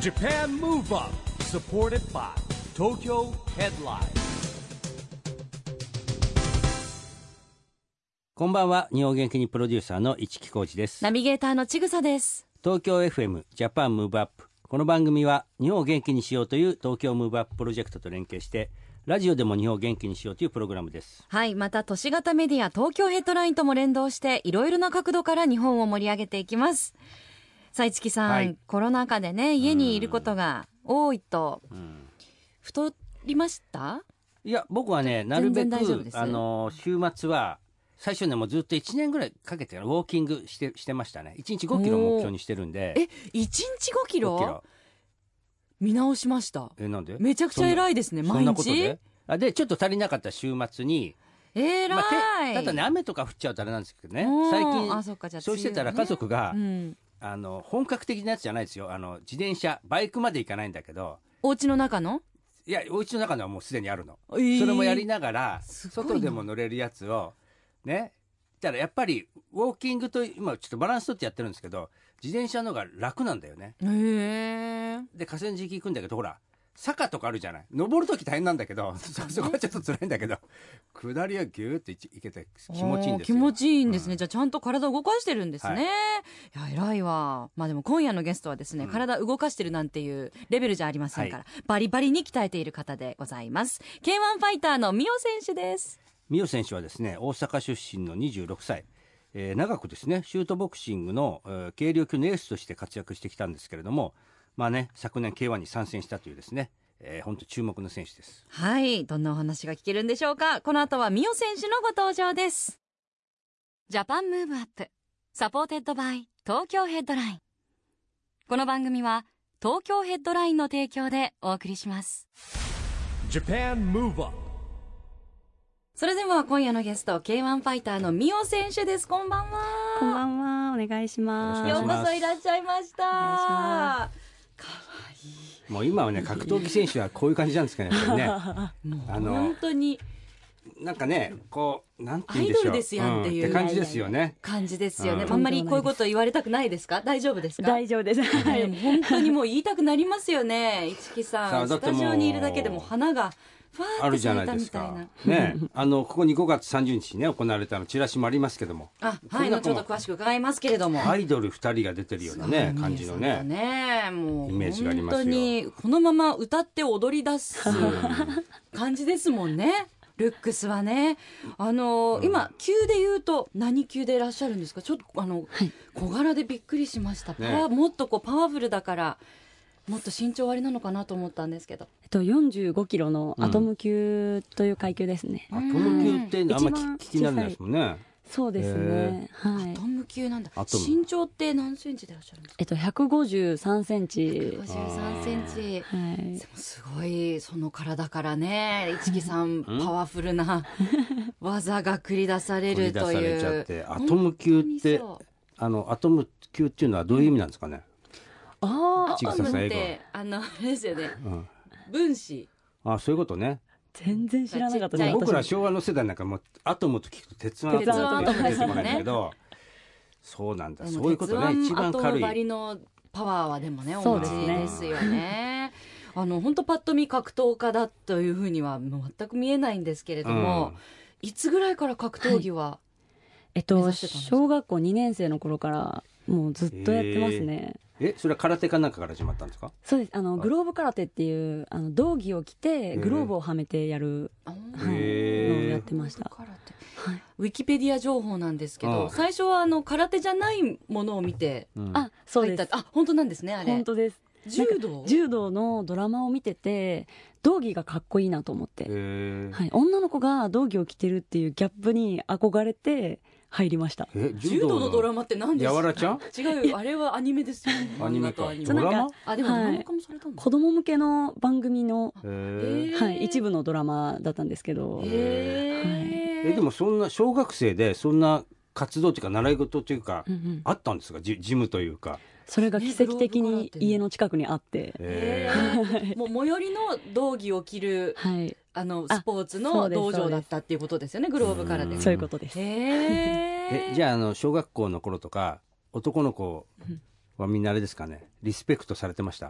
Japan Move Up supported by Tokyo Headline。 こんばんは。日本元気にプロデューサーの市木浩司です。 ナビゲーターのちぐさです。 東京 FM ジャパンムーブアップ。この番組は日本を元気にしようという東京ムーブアッププロジェクトと連携してラジオでも日本を元気にしようというプログラムです。 はい、また都市型メディア東京ヘッドラインとも連動していろいろな角度から日本を盛り上げていきます。さあ市木さん、はい、コロナ禍でね家にいることが多いと、太りました？ いや僕はねなるべく週末は最初ねもうずっと1年ぐらいかけてウォーキングしてましたね。1日5キロ目標にしてるんで。 1日5キロ見直しました。 なんで？ めちゃくちゃ偉いですね。毎日そんなことでちょっと足りなかった週末に偉い、 ただね雨とか降っちゃうとあれなんですけどね、最近そうしてたら家族が、本格的なやつじゃないですよ。自転車バイクまで行かないんだけどお家の中のいやお家の中のはもうすでにあるの、それもやりながら外でも乗れるやつをね。だからやっぱりウォーキングと今ちょっとバランス取ってやってるんですけど自転車の方が楽なんだよね。で河川敷行くんだけどほら坂とかあるじゃない。登るとき大変なんだけどそこはちょっと辛いんだけど下りはギューって行けて気持ちいいんですよ。 気持ちいいんですね、じゃあちゃんと体を動かしてるんですね、いや偉いわ。まあでも今夜のゲストはですね、体動かしてるなんていうレベルじゃありませんから、バリバリに鍛えている方でございます。 K1 ファイターのミオ選手です。 ミオ選手はですね大阪出身の26歳、長くですねシュートボクシングの、軽量級のエースとして活躍してきたんですけれども、まあね昨年 K1 に参戦したというですね、本当注目の選手です。 はい、どんなお話が聞けるんでしょうか。この後はミオ選手のご登場です。ジャパンムーブアップサポーテッドバイ東京ヘッドライン。この番組は東京ヘッドラインの提供でお送りします。 Japan Move Up。 それでは今夜のゲスト K1 ファイターのミオ選手です。こんばんは。 こんばんは、お願いします。 ようこそいらっしゃいました。お願いします。かわいい。 もう今はね格闘技選手はこういう感じなんですかねね本当になんかねこうなんて言うんでしょう、 アイドルですやんっていう、 って感じですよね。 感じですよね、あんまりこういうこと言われたくないですか？大丈夫ですか？ 大丈夫です、はい、 本当にもう言いたくなりますよね。市木さんスタジオにいるだけでも花がファーって咲いたみたいなねここに5月30日にね行われたチラシもありますけども、 はい、後ほど詳しく伺いますけれども、 アイドル2人が出てるようなね感じのねもうイメージがありますよ。 本当にこのまま歌って踊り出す感じですもんね。ルックスはね今級で言うと何級でいらっしゃるんですか？ちょっと小柄でびっくりしました、もっとこうパワフルだからもっと身長割りなのかなと思ったんですけど、 45キロのアトム級という階級ですね。 アトム級ってあんま聞きにならないですもんね。 そうですね、はい、 アトム級なんだ。身長って何センチでいらっしゃるんですか ？153センチ。 153センチ、はい、でもすごいその体からね市木さんパワフルな技が繰り出されるという。 アトム級ってアトム級っていうのはどういう意味なんですかね？ アトムってあれですよね、分子。そういうことね。 全然知らなかったね。 僕ら昭和の世代なんかもアトムと聞くと鉄腕アトムと出てこないんだけどそうなんだ、そういうことね。一番軽い鉄腕アトム張りのパワーはでもねお持ちですよね。本当パッと見格闘家だというふうには全く見えないんですけれども、いつぐらいから格闘技は目指してたんですか？ 小学校2年生の頃からもうずっとやってますね。 それは空手かなんかから始まったんですか？ そうです。グローブ空手っていう道着を着てグローブをはめてやるのをやってました。 ウィキペディア情報なんですけど、最初は空手じゃないものを見てそうです。 本当なんですね。あれ本当です。柔道のドラマを見てて道着がかっこいいなと思って、女の子が道着を着てるっていうギャップに憧れて入りました。 柔道のドラマって何ですか？ やわらちゃん？ 違う、あれはアニメですよね。 アニメか。 ドラマ？でもドラマ化もされたんだ。 子供向けの番組の一部のドラマだったんですけど。 でもそんな小学生でそんな活動というか習い事というかあったんですか？ジムというか。 それが奇跡的に家の近くにあって、 もう最寄りの道着を着る、スポーツの道場だったっていうことですよね。グローブからで。 そういうことです。 じゃあ小学校の頃とか男の子はみんなあれですかね、リスペクトされてました？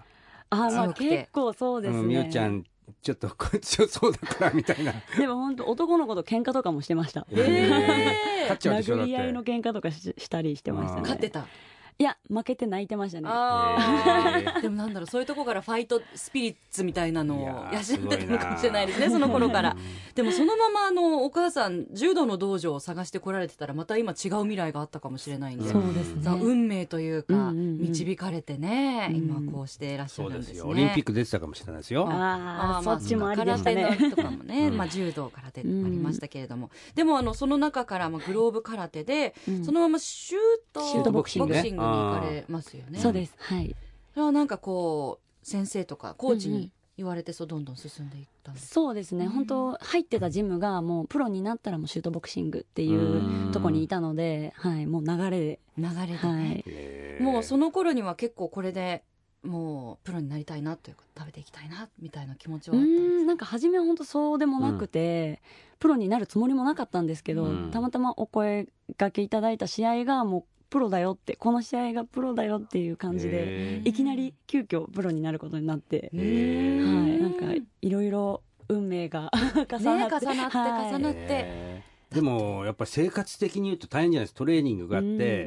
強くて、 結構そうですね。 みゆちゃんちょっとこいつそうだからみたいな。 でも本当男の子と喧嘩とかもしてました。 勝っちゃうでしょ。 殴り合いの喧嘩とかしたりしてましたね。 勝ってた？ いや負けて泣いてましたね。 でもなんだろう、そういうとこからファイトスピリッツみたいなのを養ってたのかもしれないですね、その頃から。でもそのままお母さん柔道の道場を探してこられてたらまた今違う未来があったかもしれないんで、 そうですね、 運命というか、導かれてね、今こうしていらっしゃるんですね。 オリンピック出てたかもしれないですよ。 そっちもありでしたね。 空手とかもね、柔道空手ありましたけれども、でもその中からグローブ空手で、そのままシュートボクシングに行かれます。 そうです。はい。 それはなんかこう先生とかコーチに言われてどんどん進んでいったんです。 そうですね。本当入ってたジムがもうプロになったらもうシュートボクシングっていうとこにいたので、はい、もう流れでね、はい、もうその頃には結構これでもうプロになりたいなというか食べていきたいなみたいな気持ちはあったんです。 なんか初めは本当そうでもなくて、プロになるつもりもなかったんですけど、たまたまお声掛けいただいた試合がもうプロだよって、この試合がプロだよっていう感じで、いきなり急遽プロになることになって、はい、なんかいろいろ運命が重なって、 でもやっぱり生活的に言うと大変じゃないですか。トレーニングがあって、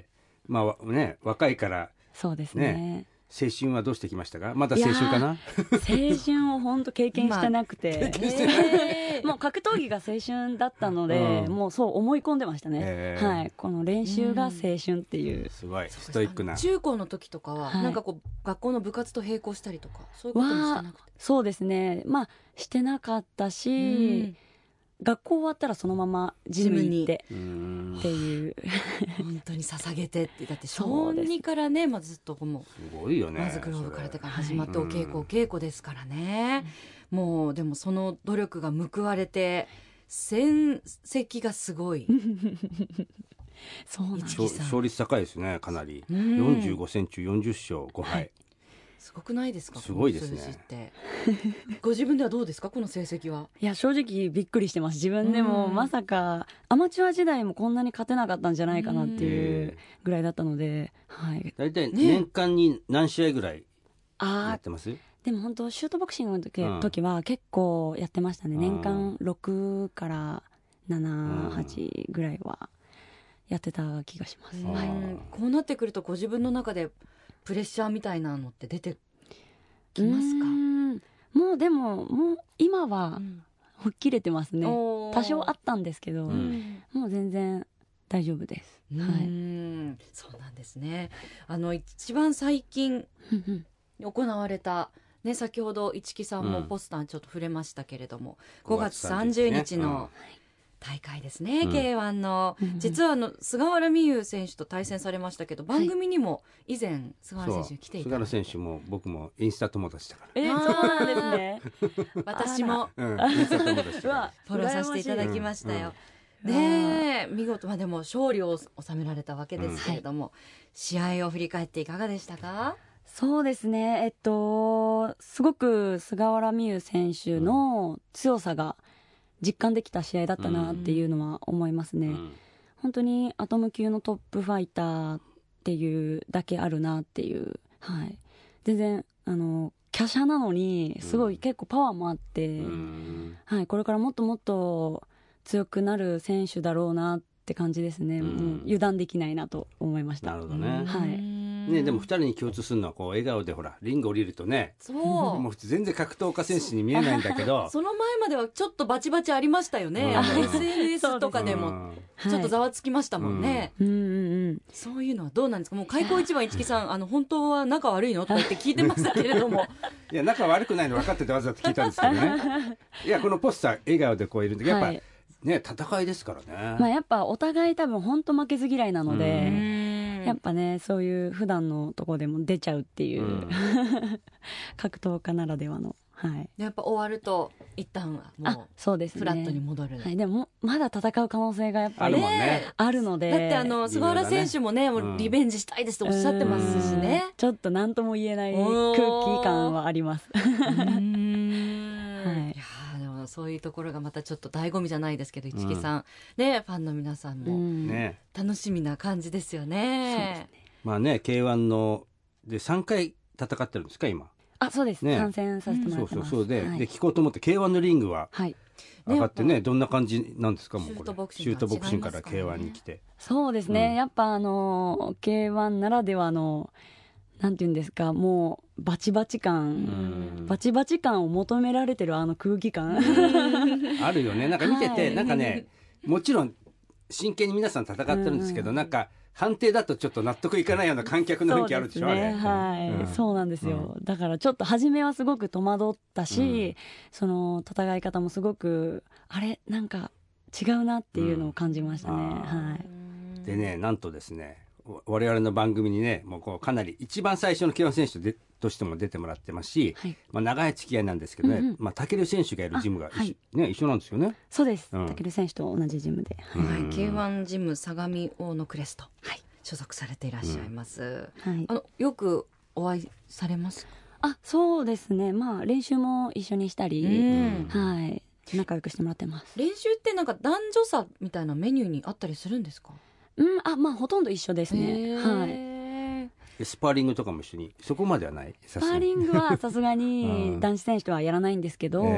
まあね、若いからそうですね。 青春はどうしてきましたか？まだ青春かな？ 青春を本当経験してなくて、もう格闘技が青春だったので、もうそう思い込んでましたね。はい、この練習が青春っていう。 すごいストイックな。 中高の時とかは、なんかこう学校の部活と並行したりとかそういうこともしてなくて。 そうですね。まあしてなかったし。学校終わったらそのままジムに行ってっていう本当に捧げてって、だって小2からね、ずっともうすごいよね。 まずグローブ空手から始まってお稽古ですからね、もうでもその努力が報われて戦績がすごいそうなんです。 勝率高いですね、かなり。45戦中40勝5敗、はい、 すごくないですか？ すごいですね。 ご自分ではどうですか、この成績は？ いや正直びっくりしてます。自分でもまさかアマチュア時代もこんなに勝てなかったんじゃないかなっていうぐらいだったので、はい、 だいたい年間に何試合ぐらいやってます？ でも本当シュートボクシングの時は結構やってましたね。年間6から7、8ぐらいはやってた気がします。はい、 こうなってくるとご自分の中でプレッシャーみたいなのって出てきますか？ もうでもう今は吹っ切れてますね。多少あったんですけど、もう全然大丈夫です。はい、 そうなんですね。一番最近行われたね、先ほど市木さんもポスターちょっと触れましたけれども、5月30日の大会ですね、K1 の、実は菅原美優選手と対戦されましたけど、番組にも以前菅原選手来ていた。 菅原選手も僕もインスタ友達だから。 そうなんですね。 私もインスタ友達だからフォローさせていただきましたよ。ねえ、見事、でも勝利を収められたわけですけれども、試合を振り返っていかがでしたか？ そうですね、すごく菅原美優選手の強さが実感できた試合だったなっていうのは思いますね。本当にアトム級のトップファイターっていうだけあるなっていう、はい、全然華奢なのにすごい結構パワーもあって、はい、これからもっともっと強くなる選手だろうなって感じですね。もう油断できないなと思いました。 なるほどね。 はい。 ね、でも2人に共通するのはこう笑顔でほらリング降りるとね、もう普通全然格闘家選手に見えないんだけどその前まではちょっとバチバチありましたよね、SNS とかでもちょっとざわつきましたもんね、そういうのはどうなんですか？もう開口一番市木さん本当は仲悪いのとか言って聞いてましたけれどもいや仲悪くないの分かっててわざと聞いたんですけどねいやこのポスター笑顔でこういるんでやっぱ、ね、戦いですからね。 やっぱお互い多分本当負けず嫌いなので、やっぱねそういう普段のとこでも出ちゃうっていう、格闘家ならではの、はい、 やっぱ終わると一旦はもうそうですね、 フラットに戻る、 はい、でもまだ戦う可能性がやっぱりあるので、 だって菅原選手もね、もうリベンジしたいですとおっしゃってますしね、 ちょっと何とも言えない空気感はありますはい、 いやでもそういうところがまたちょっと醍醐味じゃないですけど、市木さん、ね、ファンの皆さんも楽しみな感じですよね。 まあね K1 ので3回戦ってるんですか今？ あ、そうです、 ね、 参戦させてもらってます。 そうで、 はい、 で聞こうと思って K1 のリングは上がってね、どんな感じなんですか？もうこれシュートボクシングから K1 に来て。 そうですね、やっぱK1 ならではのなんていうんですか、もうバチバチ感を求められてる空気感あるよね。なんか見てて、なんかね、もちろん真剣に皆さん戦ってるんですけど、なんか判定だとちょっと納得いかないような観客の雰囲気あるでしょ。 そうですね、はい、そうなんですよ。だからちょっと初めはすごく戸惑ったし、その戦い方もすごくあれなんか違うなっていうのを感じましたね。はい。 でね、なんとですね、我々の番組にね、もうこうかなり一番最初のK1選手としても出てもらってますし、長い付き合いなんですけどね、武尊選手がいるジムが一緒なんですよね。 そうです、武尊選手と同じジムで、 K1 ジム相模大野クレスト、所属されていらっしゃいます。よくお会いされますか？ あ、そうですね、まあ練習も一緒にしたり、はい、仲良くしてもらってます。 練習ってなんか男女差みたいなメニューにあったりするんですか？ まあほとんど一緒ですね。はい。 スパーリングとかも一緒に、そこまではない？ スパーリングはさすがに男子選手とはやらないんですけど、はい、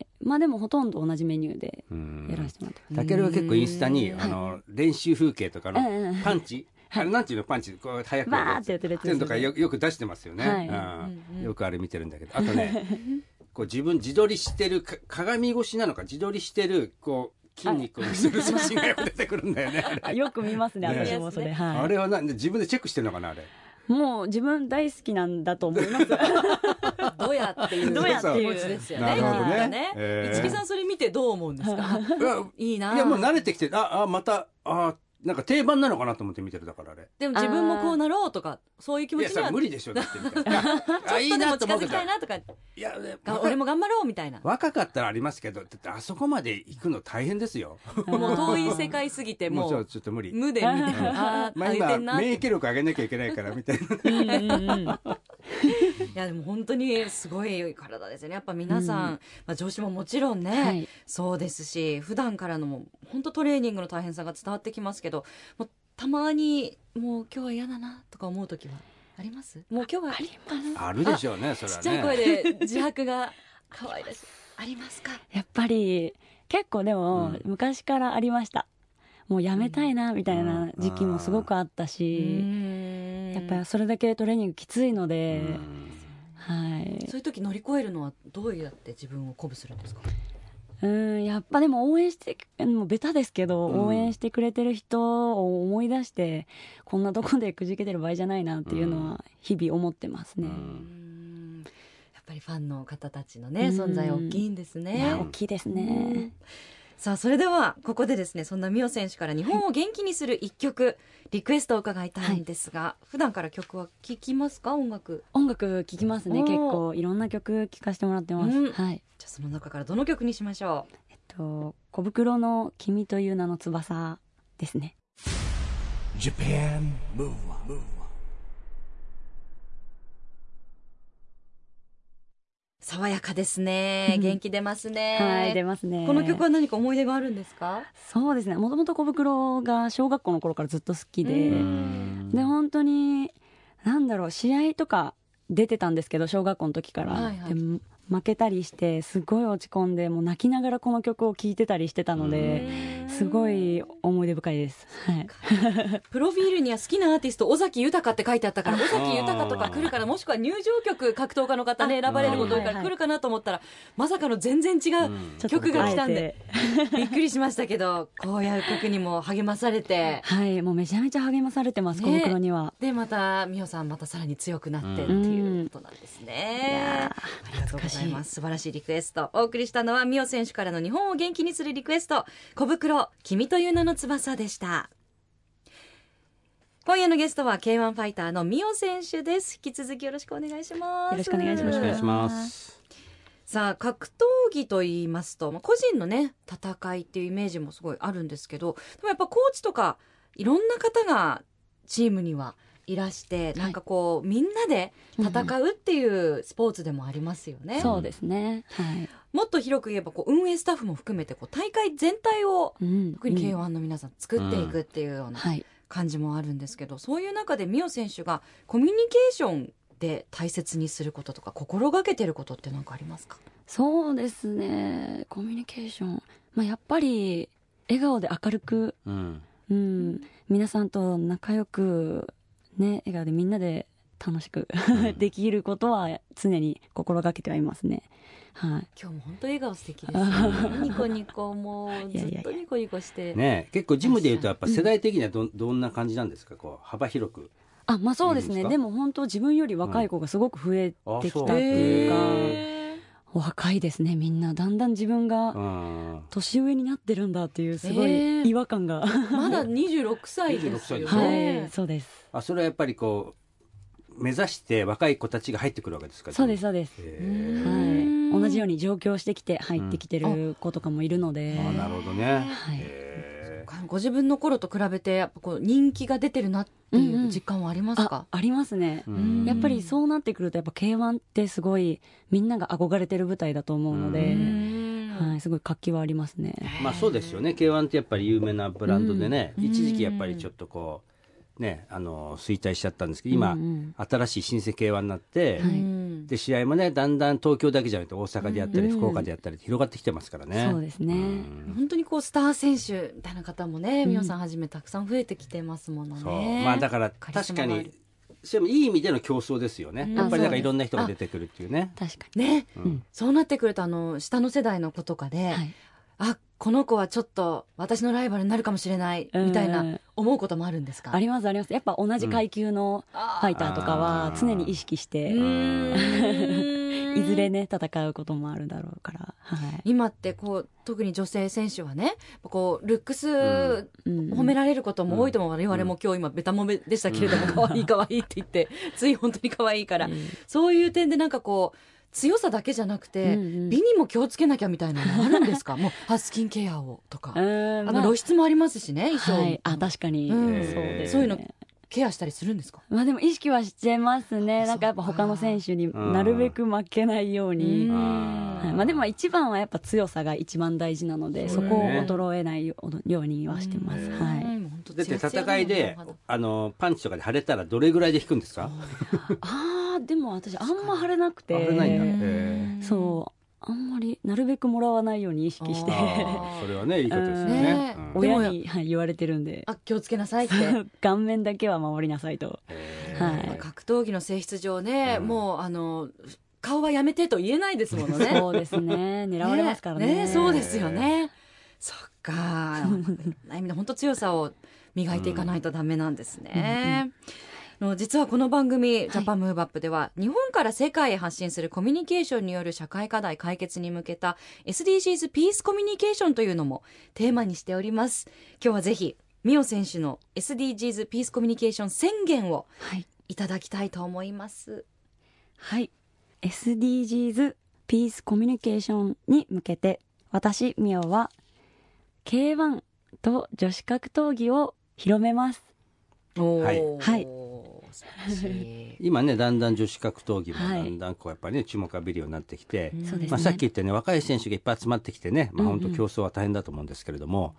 まあでもほとんど同じメニューでやらせてもらってます。 たけるは結構インスタに練習風景とかのパンチ、あれなんていうの、パンチこう早くバーってやってるやつですね。 とかよく出してますよね。よくあれ見てるんだけど、あとねこう自撮りしてる鏡越しなのか自撮りしてるこう筋肉を見せる写真がよく出てくるんだよね。 よく見ますね、私もそれ。はい、 あれは自分でチェックしてるのかな、あれ。 もう自分大好きなんだと思います。 どうやっていう気持ちですよね。 なるほどね。 市木さんそれ見てどう思うんですか？いいな。 いやもう慣れてきて、またなんか定番なのかなと思って見てる。だからあれ。 でも自分もこうなろうとかそういう気持ちには。 いや無理でしょだってみたいな。 ちょっとでも近づきたいなとか。いや俺も頑張ろうみたいな。 若かったらありますけど、だってあそこまで行くの大変ですよ。 もう遠い世界すぎてもうちょっと無理。 無で見て。 今免疫力上げなきゃいけないからみたいな。 いやでも本当にすごい体ですよね。やっぱ皆さん、上司ももちろんね、そうですし、普段からのも本当トレーニングの大変さが伝わってきますけど、もうたまにもう今日は嫌だなとか思う時はあります？もう今日はあるでしょうね。それはね。 ちっちゃい声で自白が可愛いです。ありますか？ やっぱり結構でも昔からありました。もうやめたいなみたいな時期もすごくあったし、やっぱりそれだけトレーニングきついので、はい。 そういう時乗り越えるのはどうやって自分を鼓舞するんですか？ やっぱでも応援してもうベタですけど、応援してくれてる人を思い出して、こんなとこでくじけてる場合じゃないなっていうのは日々思ってますね。 やっぱりファンの方たちのね、存在大きいんですね。 いや大きいですね。 さあそれではここでですね、そんな美桜選手から日本を元気にする一曲、リクエストを伺いたいんですが、普段から曲は聴きますか？音楽聴きますね。結構いろんな曲聴かせてもらってます。はい。 じゃあその中からどの曲にしましょう？小袋の君という名の翼ですね。 Japan Move Up。 爽やかですね。元気出ますね。 はい、出ますね。 この曲は何か思い出があるんですか？ そうですね。もともと小袋が小学校の頃からずっと好きで、で本当に試合とか出てたんですけど、小学校の時から、で負けたりしてすごい落ち込んで、もう泣きながらこの曲を聴いてたりしてたので、すごい思い出深いです。はい、 プロフィールには好きなアーティスト尾崎豊って書いてあったから、尾崎豊とか来るから、もしくは入場曲格闘家の方ね選ばれること多いから来るかなと思ったら、まさかの全然違う曲が来たんでびっくりしましたけど、こういう曲にも励まされて、 はい、もうめちゃめちゃ励まされてます、この頃には。 でまた美桜さんまたさらに強くなってっていうことなんですね。ありがとうございます。素晴らしいリクエストお送りしたのは、美桜選手からの日本を元気にするリクエスト、小袋君という名の翼でした。今夜のゲストは K1 ファイターの美桜選手です。引き続きよろしくお願いします。 よろしくお願いします。 よろしくお願いします。 さあ格闘技と言いますと、個人のね戦いっていうイメージもすごいあるんですけど、でもやっぱコーチとかいろんな方がチームにはいらして、なんかこうみんなで戦うっていうスポーツでもありますよね。 そうですね、はい、 もっと広く言えば運営スタッフも含めて大会全体を、特に K1 の皆さん作っていくっていうような感じもあるんですけど、そういう中で美桜選手がコミュニケーションで大切にすることとか心がけてることって何かありますか？ そうですね、コミュニケーション、やっぱり笑顔で明るく、皆さんと仲良く、ね、笑顔でみんなで楽しくできることは常に心がけてはいますね。はい、 今日も本当笑顔素敵ですねニコニコ、もうずっとニコニコしてね。結構ジムでいうとやっぱ世代的にはどんな感じなんですか？こう幅広く。 そうですね。でも本当自分より若い子がすごく増えてきたっていうか、若いですね。みんなだんだん自分が年上になってるんだっていうすごい違和感が、 まだ26歳ですよね。 はい、そうです。 それはやっぱりこう目指して若い子たちが入ってくるわけですか？ そうですそうです。はい。同じように上京してきて入ってきてる子とかもいるので。 なるほどね。 はい。 ご自分の頃と比べてやっぱこう人気が出てるなっていう実感はありますか？ ありますね。やっぱりそうなってくるとやっぱ K1 ってすごいみんなが憧れてる舞台だと思うので、はい、すごい活気はありますね。 そうですよね。 K1 ってやっぱり有名なブランドでね、一時期やっぱりちょっとこうね衰退しちゃったんですけど、今、新しい新生 K1 になって、で試合もねだんだん東京だけじゃなくて大阪でやったり、福岡でやったり広がってきてますからね。 そうですね。 本当にこうスター選手みたいな方もね、美桜さんはじめたくさん増えてきてますものね。 そう、だから確かにそれもいい意味での競争ですよね。やっぱりなんかいろんな人が出てくるっていうね。 確かにね、そうなってくると下の世代の子とかで、この子はちょっと私のライバルになるかもしれないみたいな思うこともあるんですか？ ありますあります。やっぱ同じ階級のファイターとかは常に意識していずれね戦うこともあるだろうから、 今ってこう特に女性選手はねこうルックス褒められることも多いと思う。我々も今日今ベタ褒めでしたけれども、可愛い可愛いって言ってつい本当に可愛いから、そういう点でなんかこう強さだけじゃなくて、美にも気をつけなきゃみたいなのあるんですか？もうスキンケアをとか、露出もありますしね、衣装、 はい、確かに、そうですね。 そういうのケアしたりするんですか？ でも意識はしてますね。なんかやっぱ他の選手になるべく負けないように、でも一番はやっぱ強さが一番大事なので、そこを衰えないようにはしてます。はい。 だって戦いでパンチとかで腫れたらどれぐらいで引くんですか？ でも私あんま腫れなくて、 腫れないんだ。 あんまりなるべくもらわないように意識して、 それはねいいことですよね。 親に言われてるんで、 気をつけなさいって顔面だけは守りなさいと。 格闘技の性質上ね、もう顔はやめてと言えないですものね。 そうですね、狙われますからね。 そうですよね。そっか、意味で本当強さを磨いていかないとダメなんですね。実はこの番組、ジャパンムーブアップでは日本から世界へ発信するコミュニケーションによる社会課題解決に向けた SDGs ピースコミュニケーションというのもテーマにしております。今日はぜひ美桜選手の SDGs ピースコミュニケーション宣言をいただきたいと思います。 はい、SDGs ピースコミュニケーションに向けて私美桜は K1 と女子格闘技を広めます。はい、 今ねだんだん女子格闘技もだんだんこうやっぱりね注目を浴びるようになってきて、さっき言ったね若い選手がいっぱい集まってきてね、本当競争は大変だと思うんですけれども、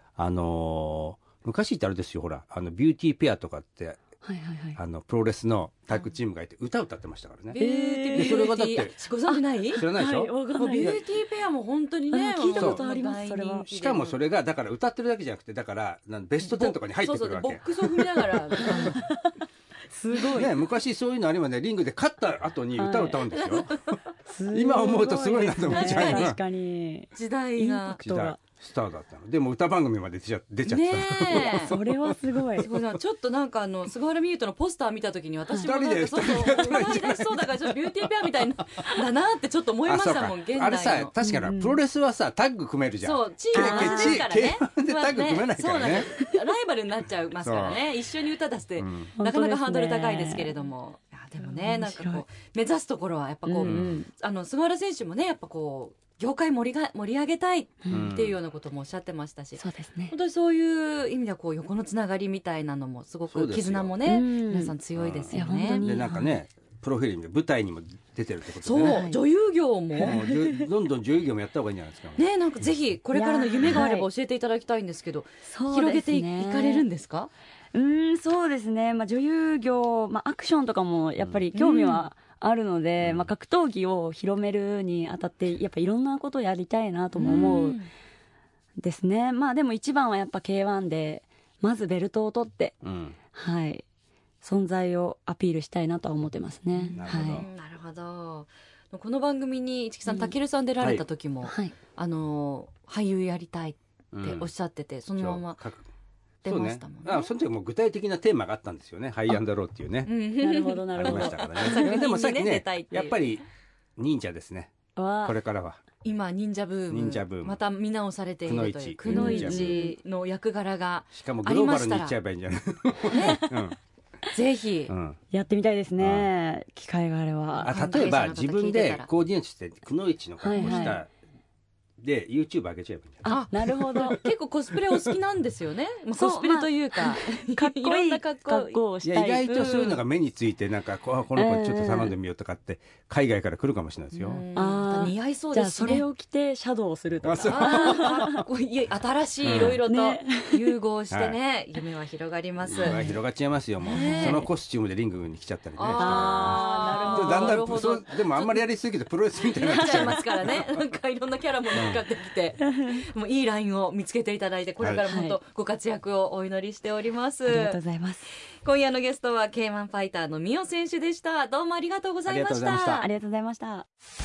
昔ってあれですよ、ほらビューティーペアとかってプロレスのタッグチームがいて歌ってましたからね。でそれがだってご存じない？ 知らないでしょ？ ビューティーペアも本当にね聞いたことあります。それはしかもそれがだから歌ってるだけじゃなくて、だからベスト10とかに入ってくるわけ。 ボックスを踏みながらすごいね、昔そういうのありまでリングで勝った後に歌を歌うんですよ。今思うとすごいなと思っちゃう。 確かに時代がスターだったの。でも歌番組まで出ちゃったね。 それはすごい。 ちょっとなんか菅原美優とのポスター見た時に私もなんかそう歌いそうだからちょっとビューティーペアみたいなだなってちょっと思いましたもん。現代のあれさ、確かにプロレスはさタッグ組めるじゃん。 そう、チーム同じですからね。 でタッグ組めないからね。 ライバルになっちゃいますからね。一緒に歌出してなかなかハードル高いですけれども。でもね、なんかこう目指すところはやっぱこう菅原選手もねやっぱこう業界盛り上げたいっていうようなこともおっしゃってましたし、 そうですね、 本当にそういう意味ではこう横のつながりみたいなのもすごく絆もね皆さん強いですよね。 でなんかねプロフィールで舞台にも出てるってことでね。 そう、女優業もどんどん女優業もやった方がいいんじゃないですかね。なんかぜひこれからの夢があれば教えていただきたいんですけど、広げていかれるんですか？ そうですね、女優業、アクションとかもやっぱり興味はあるので、格闘技を広めるにあたってやっぱいろんなことをやりたいなとも思うですね。でも一番はやっぱ K1 でまずベルトを取って、はい、存在をアピールしたいなとは思ってますね。 なるほど。この番組に市木さん、たけるさん出られた時も、俳優やりたいっておっしゃってて、そのまま出ましたもんね。 その時も具体的なテーマがあったんですよね。ハイアンドローっていうね。 なるほどなるほど。 ありましたからね。でもさっきね、やっぱり忍者ですね。これからは。 今忍者ブームまた見直されているというくのいちの役柄がしかもグローバルにいっちゃえばいいんじゃないぜひやってみたいですね、機会があれば。 例えば自分でコーディネートしてくのいちの格好したで YouTube 上げちゃえばいいんじゃない。 なるほど。 結構コスプレお好きなんですよね。コスプレというか、 かっこいい格好をしたい。 意外とそういうのが目について、なんかこの子ちょっと頼んでみようとかって海外から来るかもしれないですよ。 似合いそうですね。じゃあそれを着てシャドウをするとか。 新しいいろいろと融合してね、夢は広がります。 夢は広がっちゃいますよ。もうそのコスチュームでリングに来ちゃったりね。 なるほど。 だんだんでもあんまりやりすぎるとプロレスみたいになっちゃいますからね。なんかいろんなキャラも乗っかってきて、もういいラインを見つけていただいて、これからも本当ご活躍をお祈りしております。 ありがとうございます。 今夜のゲストは K1 ファイターのミオ選手でした。どうもありがとうございました。 ありがとうございました。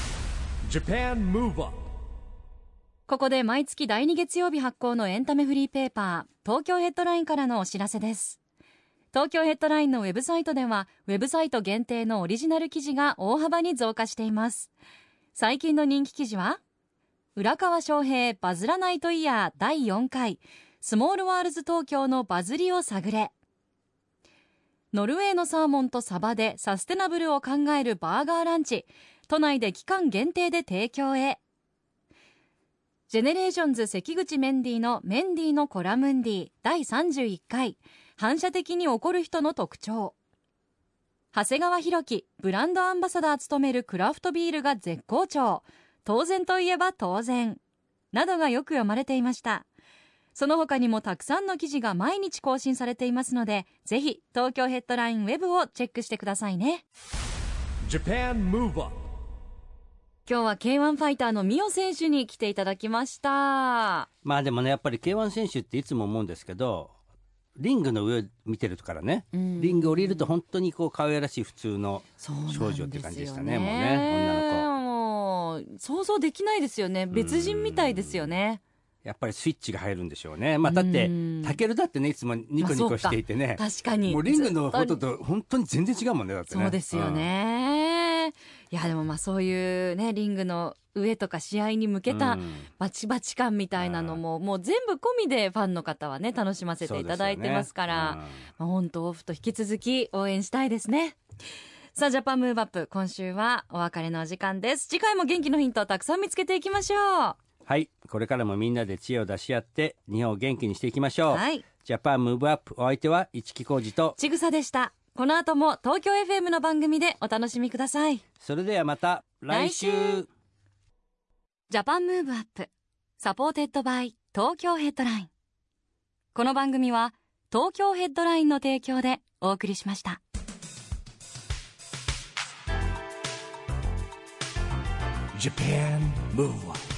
Japan Move Up。 ここで毎月第2月曜日発行のエンタメフリーペーパー東京ヘッドラインからのお知らせです。東京ヘッドラインのウェブサイトではウェブサイト限定のオリジナル記事が大幅に増加しています。最近の人気記事は浦川翔平バズらないとイヤー第4回スモールワールズ東京のバズりを探れ、ノルウェーのサーモンとサバでサステナブルを考えるバーガーランチ、都内で期間限定で提供へ、ジェネレーションズ関口メンディーのメンディーのコラムンディ第31回反射的に怒る人の特徴、長谷川博己ブランドアンバサダー務めるクラフトビールが絶好調、当然といえば当然などがよく読まれていました。その他にもたくさんの記事が毎日更新されていますので、ぜひ東京ヘッドラインウェブをチェックしてくださいね。 Japan Move Up。 今日は K1 ファイターのミオ選手に来ていただきました。 でもね、やっぱり K1 選手っていつも思うんですけど、リングの上を見てるからね、リング降りると本当にこう可愛らしい普通の少女って感じでしたね。もうね、女の子もう想像できないですよね。別人みたいですよね。 やっぱりスイッチが入るんでしょうね。だってタケルだってね、いつもニコニコしていてね、 確かにもうリングのフォトと本当に全然違うもんね。だってね。 そうですよね。いやでもそういうね、リングの上とか試合に向けたバチバチ感みたいなのも、もう全部込みでファンの方はね楽しませていただいてますから、本当オフと引き続き応援したいですね。さあジャパンムーブアップ、今週はお別れのお時間です。次回も元気のヒントをたくさん見つけていきましょう。 はい、これからもみんなで知恵を出し合って日本を元気にしていきましょう。 はい、 ジャパンムーブアップ、お相手は市木浩二とちぐさでした。この後も東京 FM の番組でお楽しみください。 それではまた来週。 ジャパンムーブアップサポーテッドバイ東京ヘッドライン。この番組は東京ヘッドラインの提供でお送りしました。 Japan Move Up。